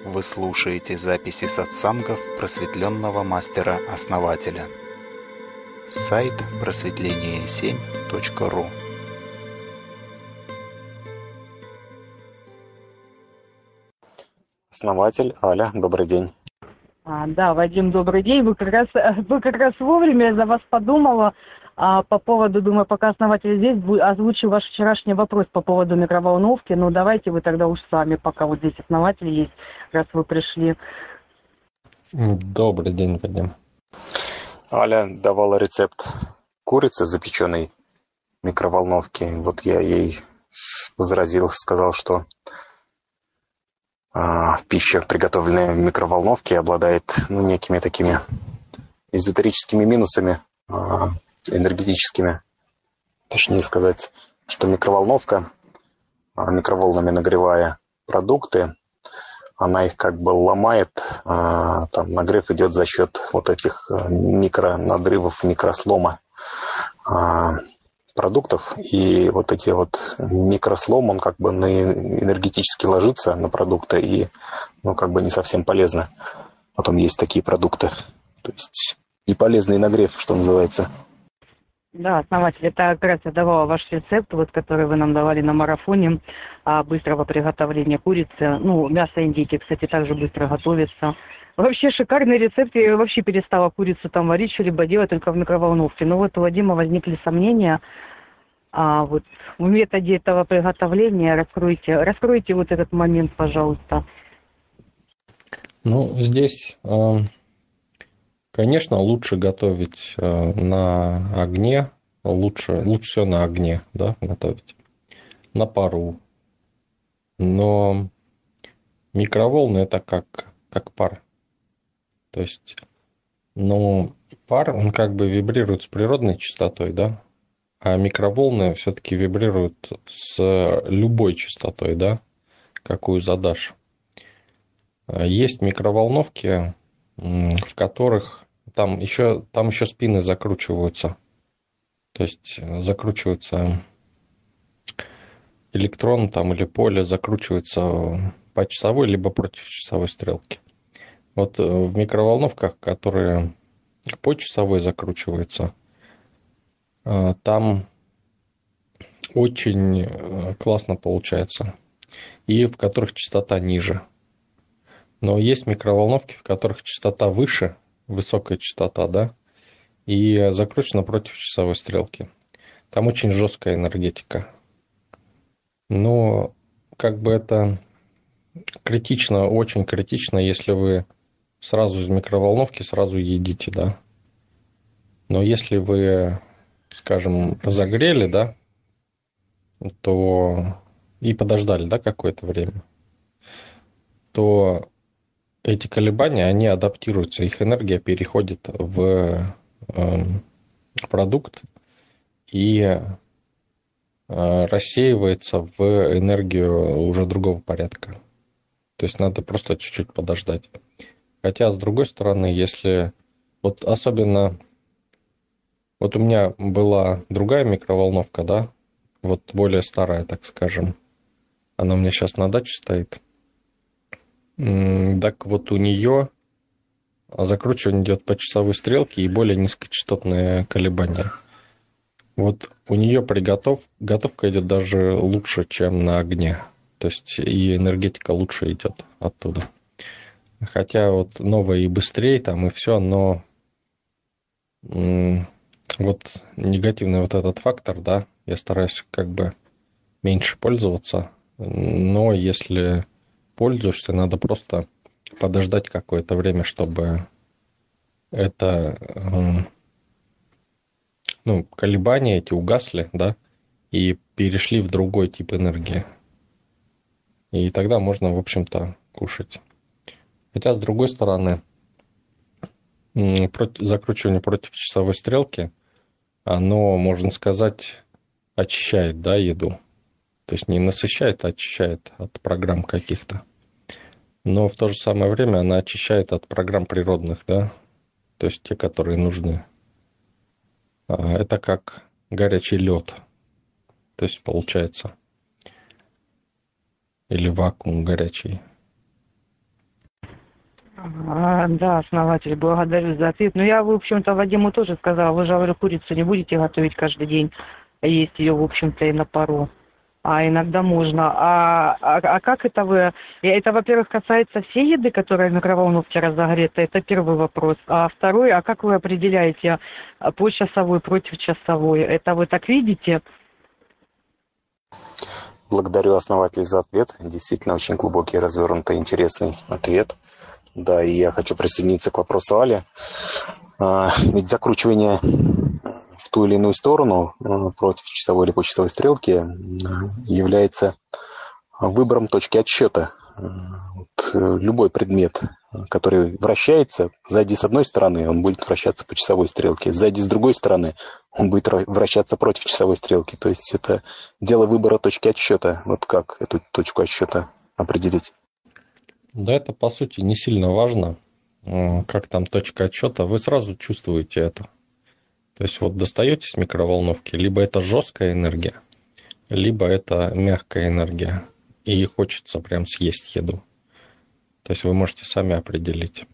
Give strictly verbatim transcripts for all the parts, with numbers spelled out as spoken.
Вы слушаете записи сатсангов просветленного мастера-основателя. Сайт просветление семь точка ру. Основатель Аля, добрый день. А, да, Вадим, добрый день. Вы как раз, вы как раз вовремя, я за вас подумала а, по поводу, думаю, пока основатель здесь, озвучу ваш вчерашний вопрос по поводу микроволновки. Ну, давайте вы тогда уж сами, пока вот здесь основатель есть, раз вы пришли. Добрый день, Вадим. Аля давала рецепт курицы, запеченной в микроволновке. Вот я ей возразил, сказал, что а, пища, приготовленная в микроволновке, обладает ну, некими такими эзотерическими минусами, а, энергетическими. Точнее сказать, что микроволновка, а, микроволнами нагревая продукты, она их как бы ломает, а, там нагрев идет за счет вот этих микронадрывов, микрослома а, продуктов. И вот эти вот микрослом, он как бы на энергетически ложится на продукты и ну как бы не совсем полезно. Потом есть такие продукты. То есть неполезный нагрев, что называется. Да, основатель, это как раз я давала ваш рецепт, вот, который вы нам давали на марафоне а, быстрого приготовления курицы. Ну, мясо индейки, кстати, также быстро готовится. Вообще шикарный рецепт. Я вообще перестала курицу там варить, что-либо делать только в микроволновке. Но вот у Вадима возникли сомнения а, вот, в методе этого приготовления. Раскройте, раскройте вот этот момент, пожалуйста. Ну, здесь... Э... Конечно, лучше готовить на огне, лучше, лучше всего на огне, да, готовить, на пару. Но микроволны это как, как пар. То есть, ну, пар, он как бы вибрирует с природной частотой, да, а микроволны все-таки вибрируют с любой частотой, да, какую задашь. Есть микроволновки, в которых Там еще, там еще спины закручиваются. То есть закручивается электрон там, или поле закручивается по часовой либо против часовой стрелки. Вот в микроволновках, которые по часовой закручиваются, там очень классно получается. И в которых частота ниже. Но есть микроволновки, в которых частота выше, высокая частота, да, и закручена против часовой стрелки. Там очень жесткая энергетика. Но как бы это критично, очень критично, если вы сразу из микроволновки сразу едите, да. Но если вы, скажем, разогрели, да, то и подождали, да, какое-то время, то эти колебания, они адаптируются, их энергия переходит в э, продукт и э, рассеивается в энергию уже другого порядка. То есть надо просто чуть-чуть подождать. Хотя, с другой стороны, если... Вот особенно... Вот у меня была другая микроволновка, да, вот более старая, так скажем. Она у меня сейчас на даче стоит. Так вот у нее закручивание идет по часовой стрелке и более низкочастотные колебания. Вот у нее приготов, готовка идет даже лучше, чем на огне. То есть и энергетика лучше идет оттуда. Хотя вот новое и быстрее там и все, но вот негативный вот этот фактор, да, я стараюсь как бы меньше пользоваться, но если пользуешься, надо просто подождать какое-то время, чтобы это, ну, колебания эти угасли, да, и перешли в другой тип энергии. И тогда можно, в общем-то, кушать. Хотя, с другой стороны, закручивание против часовой стрелки, оно, можно сказать, очищает, да, еду. То есть не насыщает, а очищает от программ каких-то. Но в то же самое время она очищает от программ природных, да, то есть те, которые нужны. Это как горячий лед, то есть получается, или вакуум горячий. А, да, основатель, благодарю за ответ. Но я, в общем-то, Вадиму тоже сказала, вы же, говорю, курицу не будете готовить каждый день, а есть ее, в общем-то, и на пару. А иногда можно. А, а, а как это вы... Это, во-первых, касается всей еды, которая в микроволновке разогрета. Это первый вопрос. А второй, а как вы определяете по часовой против часовой? Это вы так видите? Благодарю основателя за ответ. Действительно, очень глубокий, развернутый, интересный ответ. Да, и я хочу присоединиться к вопросу Али. А, ведь закручивание в ту или иную сторону против часовой или по часовой стрелки является выбором точки отсчета. Вот любой предмет, который вращается, сзади с одной стороны, он будет вращаться по часовой стрелке, сзади с другой стороны, он будет вращаться против часовой стрелки. То есть это дело выбора точки отсчета. Вот как эту точку отсчета определить? Да, это по сути не сильно важно, как там точка отсчета. Вы сразу чувствуете это. То есть вот достаете с микроволновки, либо это жесткая энергия, либо это мягкая энергия, и хочется прям съесть еду. То есть вы можете сами определить.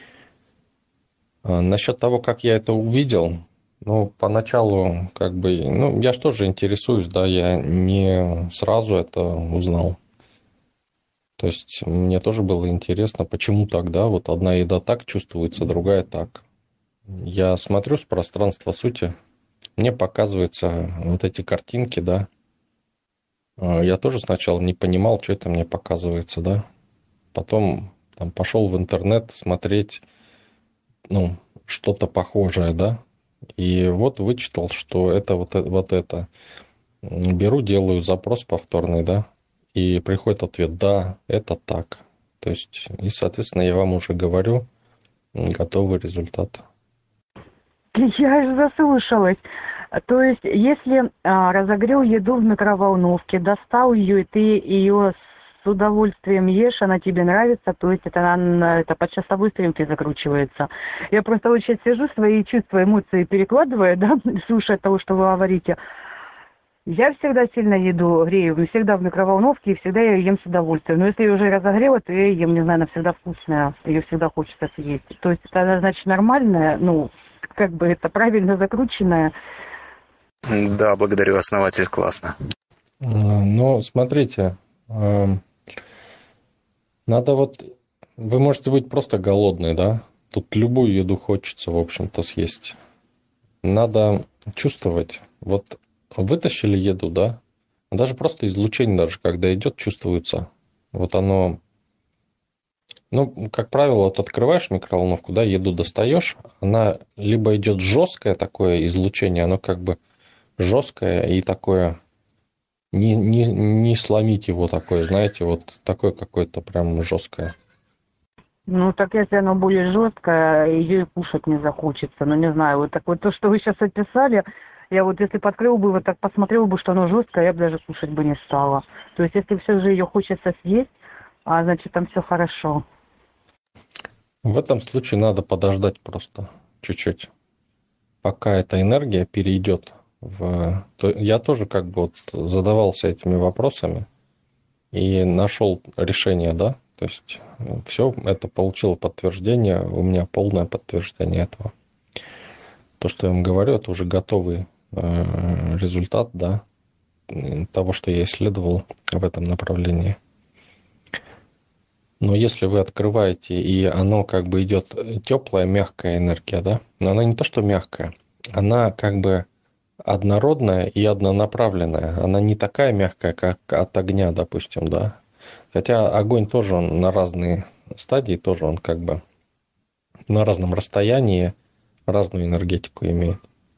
Насчет того, как я это увидел, ну, поначалу, как бы, ну, я же тоже интересуюсь, да, я не сразу это узнал. То есть мне тоже было интересно, почему тогда вот одна еда так чувствуется, другая так. Я смотрю с пространства сути, мне показываются вот эти картинки, да. Я тоже сначала не понимал, что это мне показывается, да. Потом там пошел в интернет смотреть, ну, что-то похожее, да. И вот вычитал, что это вот, вот это. Беру, делаю запрос повторный, да. И приходит ответ, да, это так. То есть, и, соответственно, я вам уже говорю готовый результат. Я же заслушалась. То есть, если а, разогрел еду в микроволновке, достал ее, и ты ее с удовольствием ешь, она тебе нравится, то есть это, она, это по часовой стрелке закручивается. Я просто вот сейчас сижу, свои чувства, эмоции перекладывая, да, слушая того, что вы говорите. Я всегда сильно еду грею, всегда в микроволновке, и всегда я ее ем с удовольствием. Но если я уже разогрела, то я ее ем, не знаю, она всегда вкусная, ее всегда хочется съесть. То есть это, значит, нормальная, ну, как бы это правильно закрученная. Да, благодарю, основатель, классно. Ну, смотрите, надо вот... Вы можете быть просто голодный, да? Тут любую еду хочется, в общем-то, съесть. Надо чувствовать. Вот вытащили еду, да? Даже просто излучение, даже когда идет, чувствуется. Вот оно... Ну, как правило, вот открываешь микроволновку, да, еду достаешь, она либо идет жесткое такое излучение, оно как бы жесткое и такое... Не, не, не сломить его такое, знаете, вот такое какое-то прям жесткое. Ну, так если оно более жесткое, ее и кушать не захочется. Ну, не знаю, вот так вот то, что вы сейчас описали, я вот если бы открыл бы, вот так посмотрел бы, что оно жесткое, я бы даже кушать бы не стала. То есть, если все же ее хочется съесть, а значит, там все хорошо. В этом случае надо подождать просто чуть-чуть, пока эта энергия перейдет в... То я тоже как бы вот задавался этими вопросами и нашел решение, да, то есть все это получило подтверждение, у меня полное подтверждение этого. То, что я вам говорю, это уже готовый э, результат, да, того, что я исследовал в этом направлении. Но если вы открываете, и оно как бы идет теплая, мягкая энергия, да, но она не то, что мягкая, она как бы однородная и однонаправленная. Она не такая мягкая, как от огня, допустим, да. Хотя огонь тоже он на разные стадии, тоже он как бы на разном расстоянии разную энергетику имеет.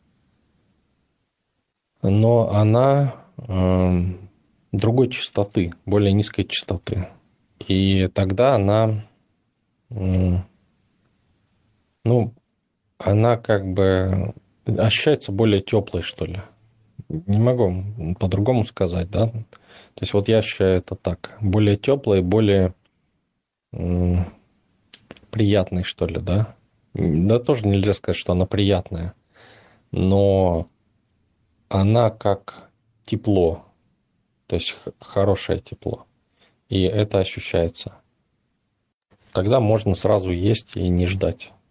Но она э, другой частоты, более низкой частоты. И тогда она, э, ну, она как бы ощущается более теплой, что ли. Не могу по-другому сказать, да. То есть вот я ощущаю это так. Более теплой, более м, приятной, что ли, да. Да тоже нельзя сказать, что она приятная. Но она как тепло. То есть хорошее тепло. И это ощущается. тогда можно сразу есть и не ждать.